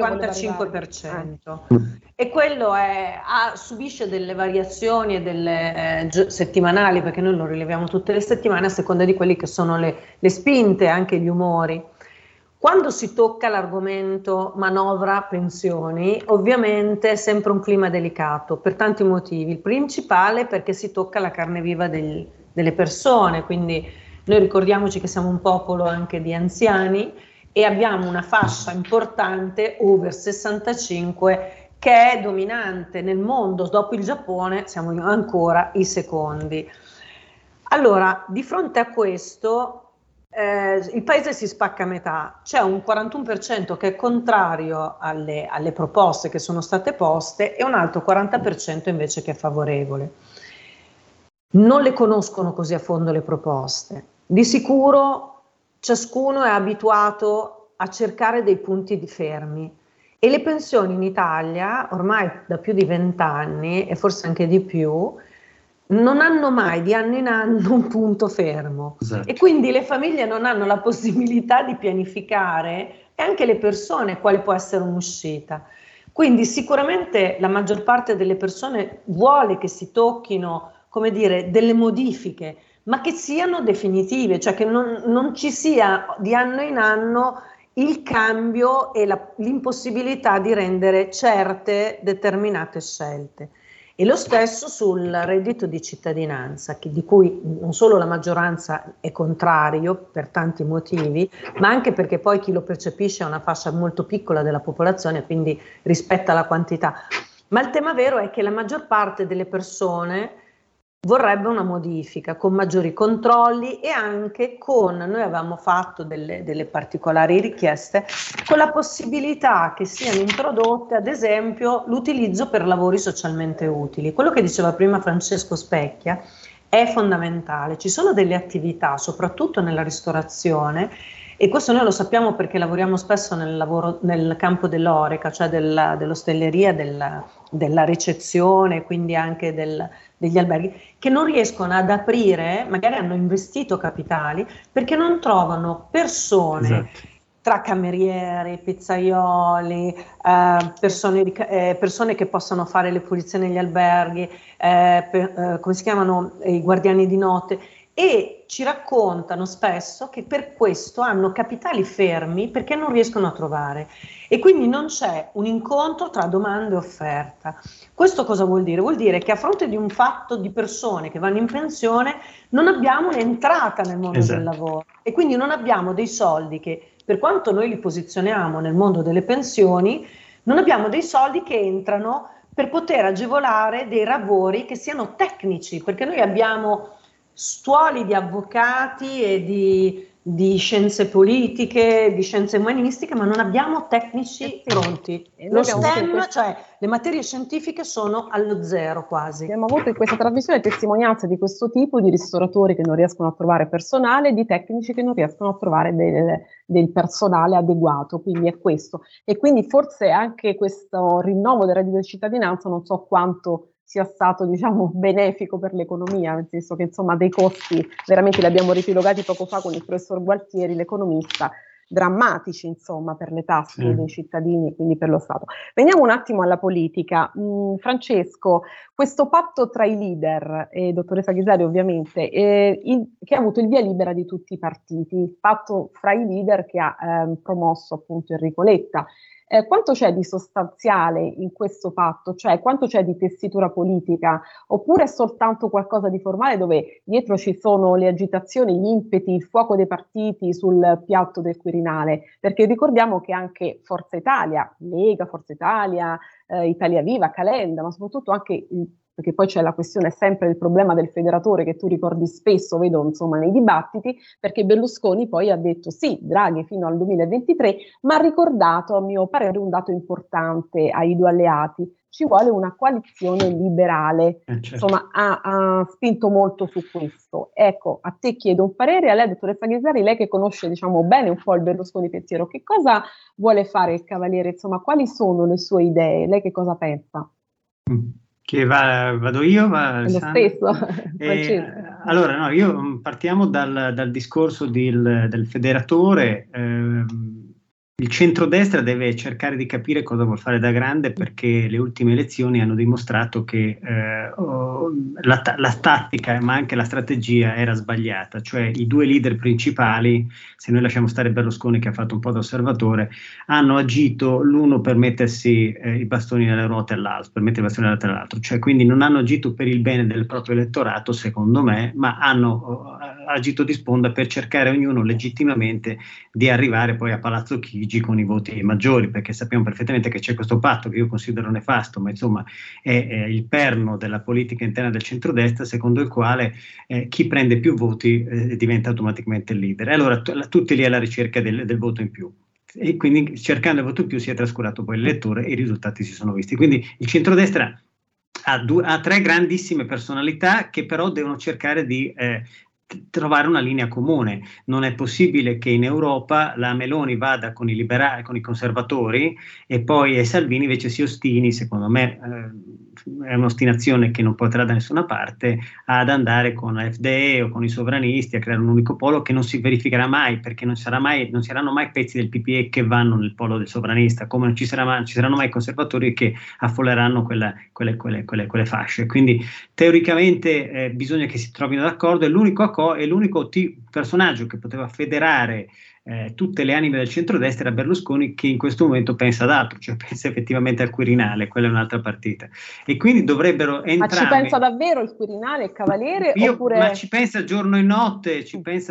55%, e quello subisce delle variazioni e delle settimanali, perché noi lo rileviamo tutte le settimane a seconda di quelli che sono le spinte, anche gli umori. Quando si tocca l'argomento manovra pensioni, ovviamente è sempre un clima delicato per tanti motivi. Il principale perché si tocca la carne viva delle persone, quindi noi ricordiamoci che siamo un popolo anche di anziani e abbiamo una fascia importante over 65 che è dominante nel mondo. Dopo il Giappone siamo ancora i secondi. Allora, di fronte a questo il paese si spacca a metà, c'è un 41% che è contrario alle proposte che sono state poste e un altro 40% invece che è favorevole. Non le conoscono così a fondo le proposte. Di sicuro ciascuno è abituato a cercare dei punti di fermi e le pensioni in Italia ormai da più di 20 anni e forse anche di più non hanno mai di anno in anno un punto fermo. Esatto. E quindi le famiglie non hanno la possibilità di pianificare e anche le persone quale può essere un'uscita. Quindi sicuramente la maggior parte delle persone vuole che si tocchino, come dire, delle modifiche, ma che siano definitive, cioè che non ci sia di anno in anno il cambio e l'impossibilità di rendere certe determinate scelte. E lo stesso sul reddito di cittadinanza, di cui non solo la maggioranza è contrario per tanti motivi, ma anche perché poi chi lo percepisce è una fascia molto piccola della popolazione, quindi rispetta la quantità. Ma il tema vero è che la maggior parte delle persone vorrebbe una modifica con maggiori controlli e anche noi avevamo fatto delle particolari richieste con la possibilità che siano introdotte ad esempio l'utilizzo per lavori socialmente utili. Quello che diceva prima Francesco Specchia è fondamentale. Ci sono delle attività, soprattutto nella ristorazione, e questo noi lo sappiamo perché lavoriamo spesso nel campo dell'oreca, cioè dell'ostelleria, della ricezione, quindi anche degli alberghi, che non riescono ad aprire, magari hanno investito capitali, perché non trovano persone, esatto, tra camerieri, pizzaioli, persone che possano fare le pulizie negli alberghi, come si chiamano, i guardiani di notte, e ci raccontano spesso che per questo hanno capitali fermi perché non riescono a trovare e quindi non c'è un incontro tra domanda e offerta. Questo cosa vuol dire? Vuol dire che a fronte di un fatto di persone che vanno in pensione non abbiamo un'entrata nel mondo, esatto, del lavoro e quindi non abbiamo dei soldi che, per quanto noi li posizioniamo nel mondo delle pensioni, non abbiamo dei soldi che entrano per poter agevolare dei lavori che siano tecnici, perché noi abbiamo stuoli di avvocati e di scienze politiche, di scienze umanistiche, ma non abbiamo tecnici pronti. Lo STEM, cioè le materie scientifiche, sono allo zero quasi. Abbiamo avuto in questa trasmissione testimonianze di questo tipo, di ristoratori che non riescono a trovare personale, di tecnici che non riescono a trovare del personale adeguato, quindi è questo. E quindi forse anche questo rinnovo del reddito di cittadinanza non so quanto sia stato, diciamo, benefico per l'economia, nel senso che insomma dei costi, veramente li abbiamo ripilogati poco fa con il professor Gualtieri, l'economista, drammatici insomma per le tasche dei cittadini e quindi per lo Stato. Veniamo un attimo alla politica. Francesco, questo patto tra i leader e dottoressa Ghisari ovviamente, che ha avuto il via libera di tutti i partiti, il patto fra i leader che ha promosso appunto Enrico Letta. Quanto c'è di sostanziale in questo patto? Cioè quanto c'è di tessitura politica? Oppure è soltanto qualcosa di formale dove dietro ci sono le agitazioni, gli impeti, il fuoco dei partiti sul piatto del Quirinale? Perché ricordiamo che anche Forza Italia, Lega, Forza Italia, Italia Viva, Calenda, ma soprattutto anche perché poi c'è la questione sempre del problema del federatore che tu ricordi spesso, vedo insomma nei dibattiti, perché Berlusconi poi ha detto sì, Draghi fino al 2023, ma ha ricordato a mio parere un dato importante ai due alleati, ci vuole una coalizione liberale, certo. Insomma ha spinto molto su questo. Ecco, a te chiedo un parere, a lei dottoressa Ghisari, lei che conosce diciamo bene un po' il Berlusconi pensiero, che cosa vuole fare il Cavaliere, insomma quali sono le sue idee, lei che cosa pensa? Vado io? Lo stesso. Allora, no, partiamo dal discorso del federatore. Il centrodestra deve cercare di capire cosa vuol fare da grande, perché le ultime elezioni hanno dimostrato che la tattica, ma anche la strategia era sbagliata. Cioè i due leader principali, se noi lasciamo stare Berlusconi che ha fatto un po' da osservatore, hanno agito l'uno per mettersi i bastoni nelle ruote all'altro, per mettere i bastoni nelle ruote all'altro. Cioè, quindi non hanno agito per il bene del proprio elettorato, secondo me, ma hanno agito di sponda per cercare ognuno legittimamente di arrivare poi a Palazzo Chigi con i voti maggiori, perché sappiamo perfettamente che c'è questo patto che io considero nefasto, ma insomma è il perno della politica interna del centrodestra, secondo il quale chi prende più voti diventa automaticamente il leader. E allora tutti lì alla ricerca del voto in più. E quindi cercando il voto in più si è trascurato poi l'elettore e i risultati si sono visti. Quindi il centrodestra ha tre grandissime personalità che però devono cercare di trovare una linea comune. Non è possibile che in Europa la Meloni vada con i liberali, con i conservatori, e poi Salvini invece si ostini, secondo me è un'ostinazione che non porterà da nessuna parte, ad andare con la FDE o con i sovranisti a creare un unico polo che non si verificherà mai, perché non saranno mai pezzi del PPE che vanno nel polo del sovranista, come non ci saranno mai conservatori che affolleranno quelle fasce. Quindi teoricamente bisogna che si trovino d'accordo, e l'unico personaggio che poteva federare tutte le anime del centrodestra era Berlusconi, che in questo momento pensa ad altro, cioè pensa effettivamente al Quirinale, quella è un'altra partita, e quindi dovrebbero entrambi... Ma ci pensa davvero il Quirinale, il Cavaliere? Ma ci pensa giorno e notte,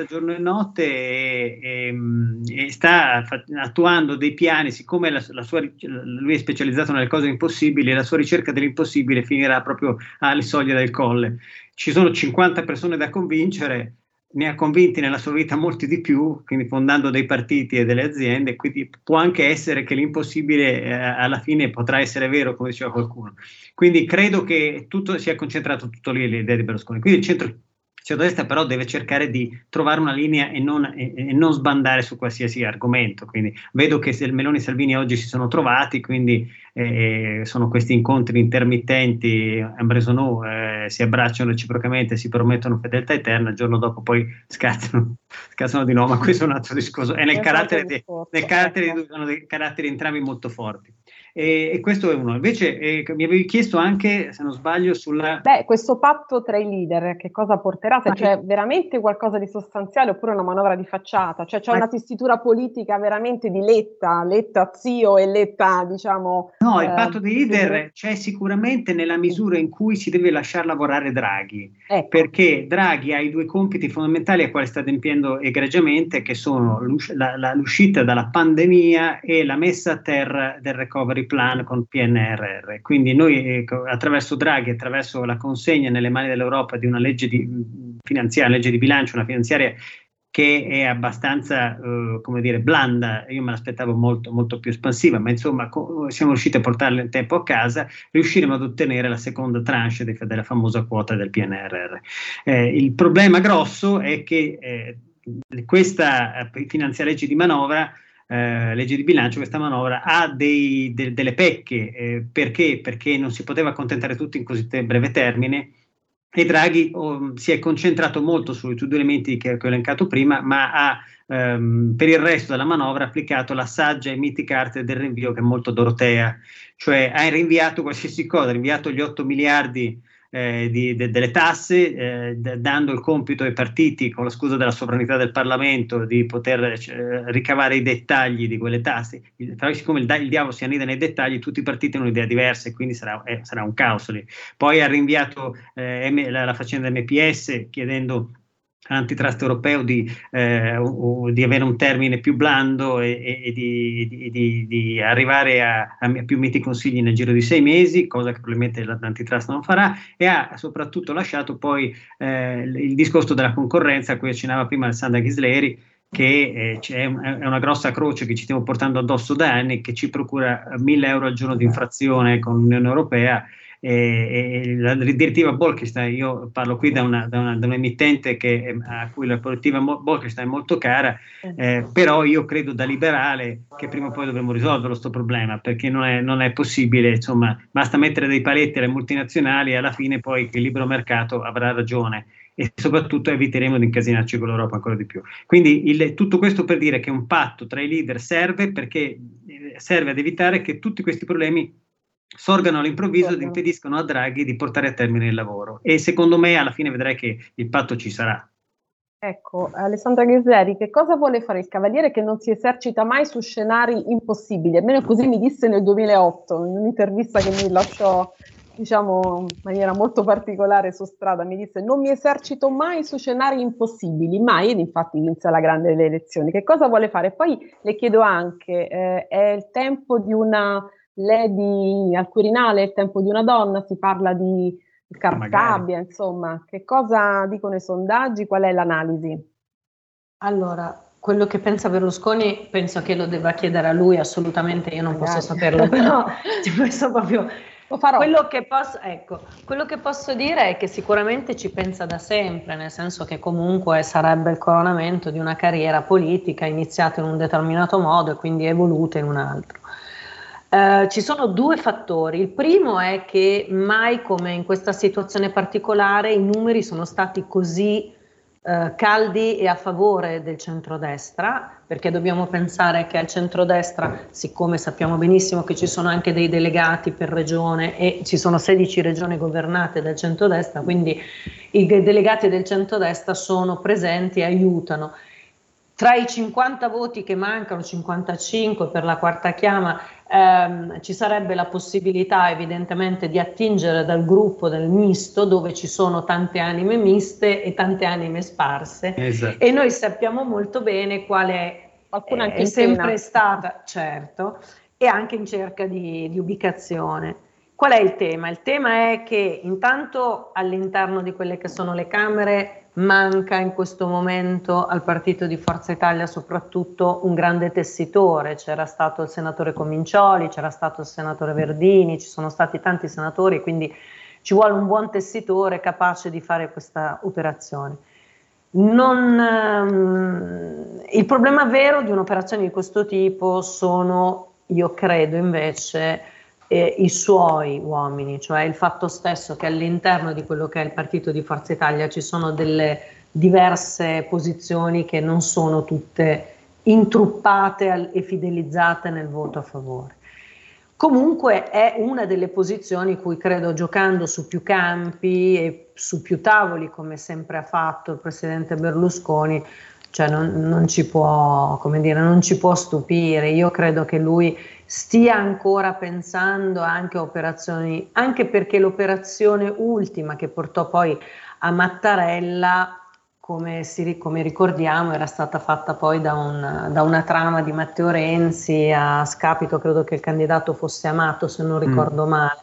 e sta attuando dei piani. Siccome lui è specializzato nelle cose impossibili, la sua ricerca dell'impossibile finirà proprio alle soglie del Colle. Ci sono 50 persone da convincere, ne ha convinti nella sua vita molti di più, quindi fondando dei partiti e delle aziende, quindi può anche essere che l'impossibile alla fine potrà essere vero, come diceva qualcuno. Quindi credo che tutto sia concentrato tutto lì, l'idea di Berlusconi. Quindi il centrodestra però deve cercare di trovare una linea e non sbandare su qualsiasi argomento. Quindi vedo che Meloni e Salvini oggi si sono trovati, quindi sono questi incontri intermittenti, si abbracciano reciprocamente, si promettono fedeltà eterna, il giorno dopo poi scazzano di nuovo, ma questo è un altro discorso. È nel carattere di due, sono dei caratteri entrambi molto forti. E questo è uno. Invece mi avevi chiesto anche, se non sbaglio, questo patto tra i leader, che cosa porterà? Se c'è veramente qualcosa di sostanziale oppure una manovra di facciata? Cioè c'è una tessitura politica veramente di Letta zio e Letta, diciamo... No, il patto dei leader c'è sicuramente nella misura in cui si deve lasciar lavorare Draghi, perché Draghi ha i due compiti fondamentali a quali sta adempiendo egregiamente, che sono l'uscita dalla pandemia e la messa a terra del recovery plan con PNRR. Quindi noi attraverso Draghi, attraverso la consegna nelle mani dell'Europa di una legge di bilancio, una finanziaria che è abbastanza blanda, io me l'aspettavo molto, molto più espansiva, ma insomma siamo riusciti a portarla in tempo a casa, riusciremo ad ottenere la seconda tranche della famosa quota del PNRR. Il problema grosso è che questa legge di bilancio, questa manovra ha delle pecche, perché non si poteva accontentare tutti in così breve termine, e Draghi si è concentrato molto sui due elementi che ho elencato prima, ma ha per il resto della manovra applicato la saggia e mitica arte del rinvio, che è molto dorotea, cioè ha rinviato qualsiasi cosa, ha rinviato gli 8 miliardi delle tasse, dando il compito ai partiti, con la scusa della sovranità del Parlamento, di poter ricavare i dettagli di quelle tasse. Però siccome il diavolo si annida nei dettagli, tutti i partiti hanno un'idea diversa e quindi sarà un caos lì. Poi ha rinviato la faccenda MPS, chiedendo all'antitrust europeo di avere un termine più blando e di arrivare a più miti consigli nel giro di 6 mesi, cosa che probabilmente l'antitrust non farà, e ha soprattutto lasciato poi il discorso della concorrenza a cui accennava prima Alessandra Ghisleri, che è una grossa croce che ci stiamo portando addosso da anni, che ci procura 1.000 euro al giorno di infrazione con l'Unione Europea, la direttiva Bolkestein, io parlo qui da un emittente a cui la direttiva Bolkestein è molto cara, però io credo da liberale che prima o poi dovremo risolverlo sto problema, perché non è possibile, insomma, basta mettere dei paletti alle multinazionali e alla fine poi il libero mercato avrà ragione, e soprattutto eviteremo di incasinarci con l'Europa ancora di più. Quindi tutto questo per dire che un patto tra i leader serve, perché serve ad evitare che tutti questi problemi sorgano all'improvviso ed impediscono a Draghi di portare a termine il lavoro, e secondo me alla fine vedrai che il patto ci sarà. Ecco, Alessandra Ghisleri, che cosa vuole fare il Cavaliere che non si esercita mai su scenari impossibili? Almeno così mi disse nel 2008, in un'intervista che mi lasciò, diciamo, in maniera molto particolare su strada, mi disse: non mi esercito mai su scenari impossibili, mai, ed infatti vinse la grande delle elezioni. Che cosa vuole fare? Poi le chiedo anche, è il tempo di una lady al Quirinale, è il tempo di una donna, si parla di Cartabia, insomma, che cosa dicono i sondaggi, qual è l'analisi? Allora, quello che pensa Berlusconi penso che lo debba chiedere a lui, assolutamente io non posso saperlo, però questo proprio lo farò. Quello che posso dire è che sicuramente ci pensa da sempre, nel senso che comunque sarebbe il coronamento di una carriera politica iniziata in un determinato modo e quindi evoluta in un altro. Ci sono due fattori. Il primo è che mai come in questa situazione particolare i numeri sono stati così caldi e a favore del centrodestra, perché dobbiamo pensare che al centrodestra, siccome sappiamo benissimo che ci sono anche dei delegati per regione e ci sono 16 regioni governate dal centrodestra, quindi i delegati del centrodestra sono presenti e aiutano. Tra i 50 voti che mancano, 55 per la quarta chiama, ci sarebbe la possibilità evidentemente di attingere dal gruppo del misto, dove ci sono tante anime miste e tante anime sparse. Esatto. E noi sappiamo molto bene quale è sempre stata, certo, e anche in cerca di ubicazione. Qual è il tema? Il tema è che intanto all'interno di quelle che sono le Camere manca in questo momento al partito di Forza Italia soprattutto un grande tessitore. C'era stato il senatore Comincioli, c'era stato il senatore Verdini, ci sono stati tanti senatori, quindi ci vuole un buon tessitore capace di fare questa operazione. Il problema vero di un'operazione di questo tipo sono, io credo invece, i suoi uomini, cioè il fatto stesso che all'interno di quello che è il partito di Forza Italia ci sono delle diverse posizioni che non sono tutte intruppate e fidelizzate nel voto a favore. Comunque è una delle posizioni cui credo, giocando su più campi e su più tavoli, come sempre ha fatto il presidente Berlusconi, cioè non ci può, come dire, non ci può stupire. Io credo che lui stia ancora pensando anche a operazioni, anche perché l'operazione ultima che portò poi a Mattarella, come ricordiamo, era stata fatta poi da una trama di Matteo Renzi a scapito, credo che il candidato fosse Amato se non ricordo male,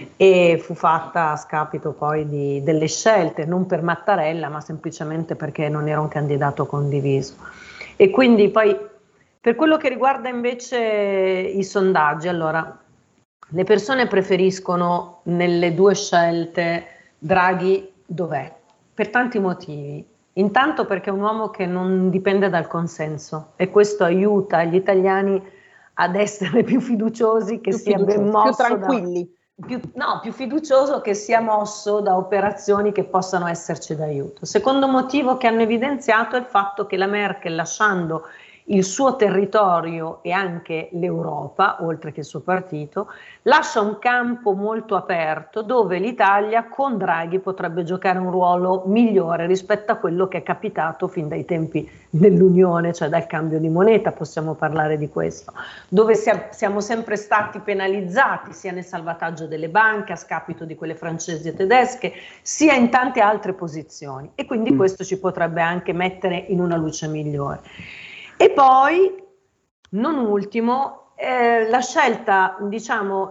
e fu fatta a scapito poi delle scelte, non per Mattarella ma semplicemente perché non era un candidato condiviso. E quindi poi per quello che riguarda invece i sondaggi, allora le persone preferiscono nelle due scelte Draghi dov'è? Per tanti motivi. Intanto perché è un uomo che non dipende dal consenso e questo aiuta gli italiani ad essere più fiduciosi, che sia ben mosso, più tranquilli. Più fiducioso, che sia mosso da operazioni che possano esserci d'aiuto. Secondo motivo che hanno evidenziato è il fatto che la Merkel, lasciando il suo territorio e anche l'Europa, oltre che il suo partito, lascia un campo molto aperto dove l'Italia con Draghi potrebbe giocare un ruolo migliore rispetto a quello che è capitato fin dai tempi dell'Unione, cioè dal cambio di moneta, possiamo parlare di questo, dove siamo sempre stati penalizzati sia nel salvataggio delle banche a scapito di quelle francesi e tedesche, sia in tante altre posizioni, e quindi questo ci potrebbe anche mettere in una luce migliore. E poi, non ultimo, la scelta, diciamo,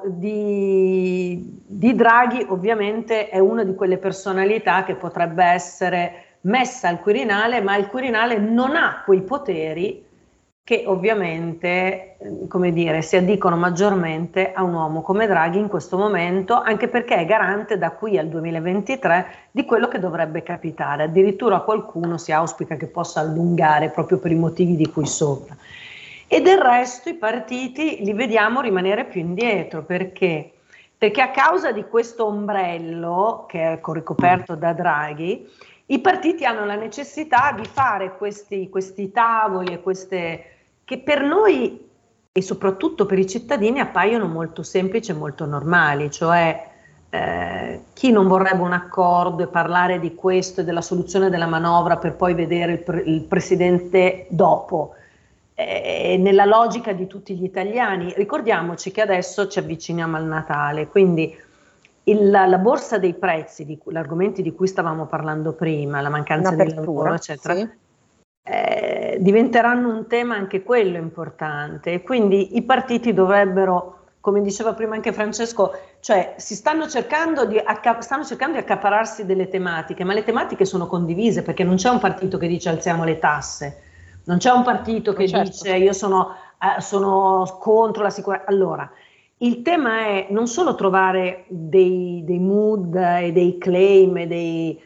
di Draghi ovviamente è una di quelle personalità che potrebbe essere messa al Quirinale, ma il Quirinale non ha quei poteri che ovviamente, come dire, si addicono maggiormente a un uomo come Draghi in questo momento, anche perché è garante da qui al 2023 di quello che dovrebbe capitare. Addirittura qualcuno si auspica che possa allungare proprio per i motivi di cui sopra. E del resto i partiti li vediamo rimanere più indietro, perché a causa di questo ombrello che è ricoperto da Draghi, i partiti hanno la necessità di fare questi tavoli e queste che per noi e soprattutto per i cittadini appaiono molto semplici e molto normali, cioè chi non vorrebbe un accordo e parlare di questo e della soluzione della manovra per poi vedere il presidente dopo, nella logica di tutti gli italiani. Ricordiamoci che adesso ci avviciniamo al Natale, quindi la borsa dei prezzi, l'argomento di cui stavamo parlando prima, la mancanza di lavoro, eccetera, sì, diventeranno un tema anche quello importante, quindi i partiti dovrebbero, come diceva prima anche Francesco, cioè stanno cercando di accaparrarsi delle tematiche, ma le tematiche sono condivise, perché non c'è un partito che dice alziamo le tasse, non c'è un partito che dice io sono contro la sicurezza. Allora, il tema è non solo trovare dei mood e dei claim e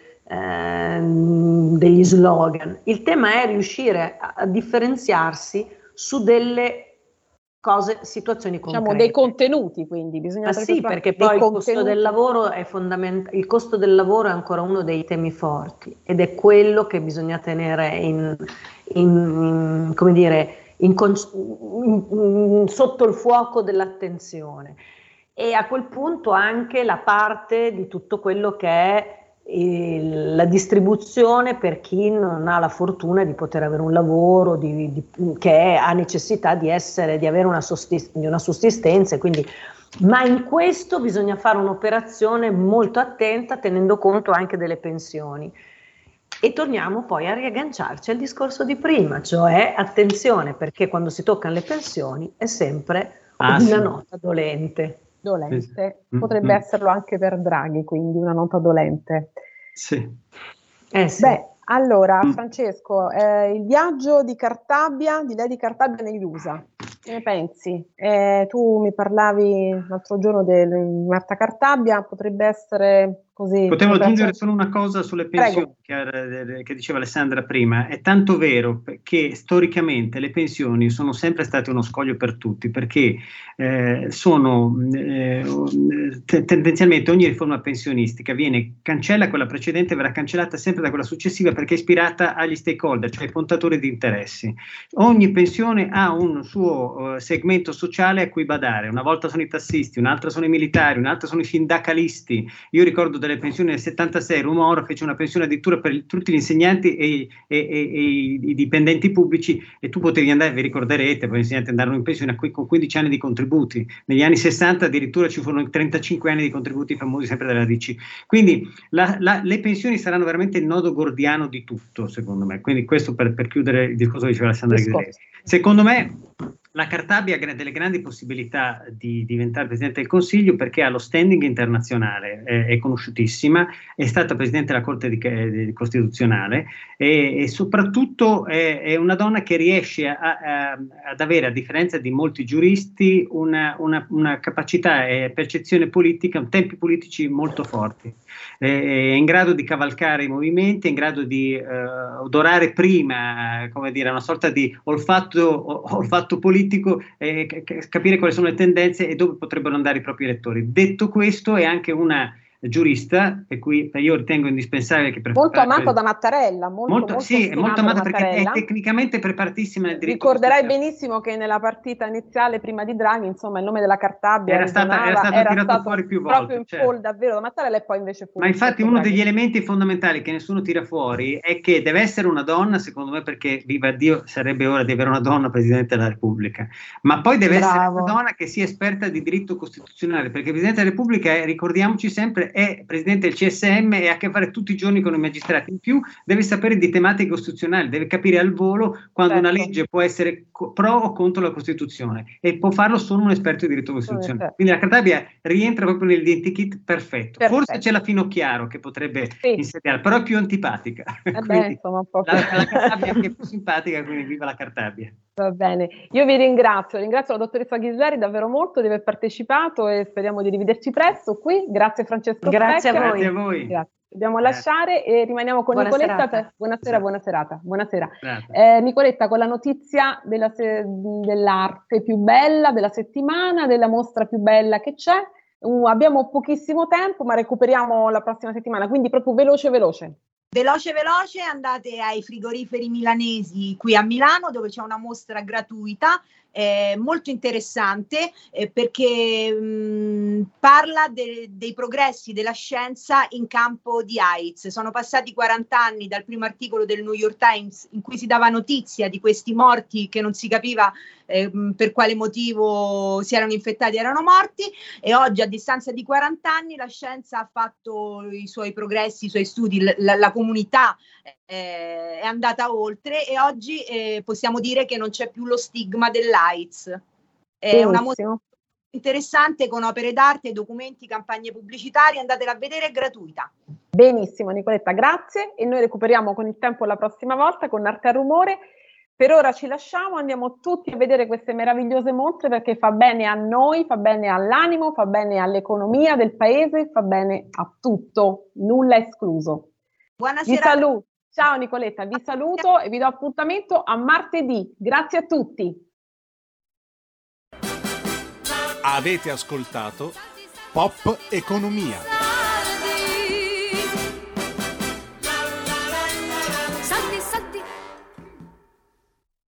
degli slogan, il tema è riuscire a differenziarsi su delle situazioni concrete. Diciamo dei contenuti, quindi bisogna sì, perché poi il costo del lavoro è fondamentale. Il costo del lavoro è ancora uno dei temi forti ed è quello che bisogna tenere come dire, sotto il fuoco dell'attenzione, e a quel punto anche la parte di tutto quello che è la distribuzione per chi non ha la fortuna di poter avere un lavoro, che ha necessità di avere una sussistenza, quindi, ma in questo bisogna fare un'operazione molto attenta, tenendo conto anche delle pensioni. E torniamo poi a riagganciarci al discorso di prima, cioè attenzione, perché quando si toccano le pensioni è sempre una nota dolente. Potrebbe esserlo anche per Draghi, quindi una nota dolente. Sì. Sì. Beh, allora Francesco, il viaggio di Lady Cartabia negli USA, che ne pensi? Tu mi parlavi l'altro giorno di Marta Cartabia, potrebbe essere così. Potevo aggiungere solo una cosa sulle pensioni che diceva Alessandra prima. È tanto vero che storicamente le pensioni sono sempre state uno scoglio per tutti, perché tendenzialmente ogni riforma pensionistica cancella quella precedente, verrà cancellata sempre da quella successiva, perché è ispirata agli stakeholder, cioè ai puntatori di interessi. Ogni pensione ha un suo segmento sociale a cui badare. Una volta sono i tassisti, un'altra sono i militari, un'altra sono i sindacalisti. Io ricordo delle pensioni nel 76, Rumor fece una pensione addirittura per tutti gli insegnanti e i dipendenti pubblici, e tu potevi andare, vi ricorderete, poi gli insegnanti andarono in pensione con 15 anni di contributi. Negli anni 60 addirittura ci furono 35 anni di contributi famosi sempre della DC. Quindi le pensioni saranno veramente il nodo gordiano di tutto, secondo me. Quindi questo per chiudere il discorso che diceva Alessandra Ghisleri. Secondo me la Cartabia ha delle grandi possibilità di diventare Presidente del Consiglio, perché ha lo standing internazionale, è conosciutissima, è stata Presidente della Corte Costituzionale e soprattutto è una donna che riesce ad avere, a differenza di molti giuristi, una capacità e percezione politica, tempi politici molto forti. È in grado di cavalcare i movimenti, è in grado di odorare prima, come dire, una sorta di olfatto politico, capire quali sono le tendenze e dove potrebbero andare i propri elettori. Detto questo, è anche una giurista, per cui io ritengo indispensabile che molto amato da Mattarella, molto è molto amato perché è tecnicamente preparatissima nel diritto. Ricorderai benissimo che nella partita iniziale prima di Draghi, insomma, il nome della Cartabia era stato tirato fuori più volte, proprio in fall davvero da Mattarella, e poi invece fu. Ma infatti uno degli elementi fondamentali che nessuno tira fuori è che deve essere una donna, secondo me, perché viva Dio, sarebbe ora di avere una donna Presidente della Repubblica, ma poi deve essere una donna che sia esperta di diritto costituzionale, perché il Presidente della Repubblica ricordiamoci sempre, è Presidente del CSM e ha a che fare tutti i giorni con i magistrati. In più deve sapere di tematiche costituzionali, deve capire al volo quando una legge può essere pro o contro la Costituzione, e può farlo solo un esperto di diritto costituzionale. Quindi la Cartabia rientra proprio nell'identikit perfetto. Forse c'è la Finocchiaro che potrebbe insediare, però è più antipatica. Quindi, insomma, un po'. La Cartabia è anche più simpatica, quindi viva la Cartabia. Va bene, io vi ringrazio la dottoressa Ghisleri davvero molto di aver partecipato e speriamo di rivederci presto qui. Grazie Francesco. Grazie Specchia. a voi. Grazie. Dobbiamo lasciare e rimaniamo con Nicoletta. Buona serata. Nicoletta, con la notizia dell'arte più bella della settimana, della mostra più bella che c'è. Abbiamo pochissimo tempo, ma recuperiamo la prossima settimana, quindi proprio veloce. Veloce, andate ai frigoriferi milanesi qui a Milano, dove c'è una mostra gratuita molto interessante perché parla dei progressi della scienza in campo di AIDS. Sono passati 40 anni dal primo articolo del New York Times in cui si dava notizia di questi morti che non si capiva per quale motivo si erano infettati, erano morti, e oggi a distanza di 40 anni la scienza ha fatto i suoi progressi, i suoi studi, la comunità è andata oltre e oggi possiamo dire che non c'è più lo stigma dell'AIDS. È una mostra interessante con opere d'arte, documenti, campagne pubblicitarie, andatela a vedere, è gratuita. Benissimo Nicoletta, grazie, e noi recuperiamo con il tempo la prossima volta con Arte a Rumore. Per ora ci lasciamo, andiamo tutti a vedere queste meravigliose mostre perché fa bene a noi, fa bene all'animo, fa bene all'economia del paese, fa bene a tutto, nulla escluso. Buonasera. Ciao Nicoletta, vi saluto e vi do appuntamento a martedì. Grazie a tutti. Avete ascoltato Pop Economia.